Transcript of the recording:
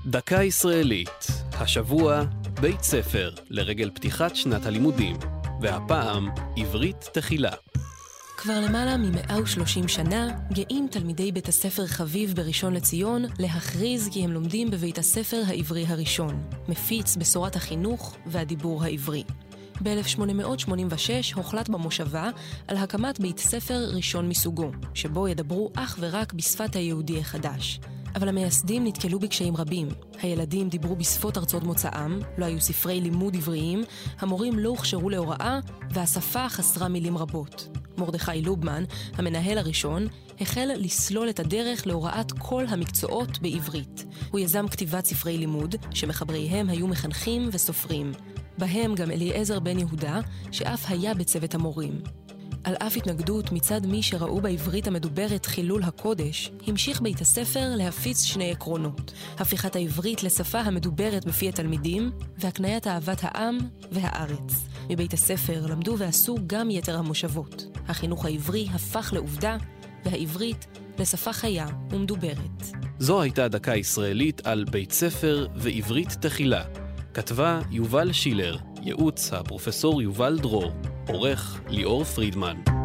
דקה ישראלית, השבוע בית ספר לרגל פתיחת שנת הלימודים, והפעם עברית תחילה. כבר למעלה מ130 שנה גאים תלמידי בית הספר חביב בראשון לציון להכריז כי הם לומדים בבית הספר העברי הראשון, מפיץ בשורת החינוך והדיבור העברי. ב-1886 הוחלט במושבה על הקמת בית ספר ראשון מסוגו, שבו ידברו אך ורק בשפת היהודי החדש. אבל המייסדים נתקלו בקשיים רבים. הילדים דיברו בשפות ארצות מוצאם, לא היו ספרי לימוד עבריים, המורים לא הוכשרו להוראה, והשפה חסרה מילים רבות. מרדכי לובמן, המנהל הראשון, החל לסלול את הדרך להוראת כל המקצועות בעברית. הוא יזם כתיבת ספרי לימוד, שמחבריהם היו מחנכים וסופרים. בהם גם אליעזר בן יהודה, שאף היה בצוות המורים. על אף התנגדות מצד מי שראו בעברית המדוברת חילול הקודש, המשיך בית הספר להפיץ שני עקרונות: הפיכת העברית לשפה המדוברת בפי התלמידים, והקניית אהבת העם והארץ. מבית הספר למדו ועשו גם יתר המושבות. החינוך העברי הפך לעובדה, והעברית לשפה חיה ומדוברת. זו הייתה דקה ישראלית על בית ספר ועברית תחילה. כתבה יובל שילר, ייעוץ הפרופסור יובל דרור, עורך ליאור פרידמן.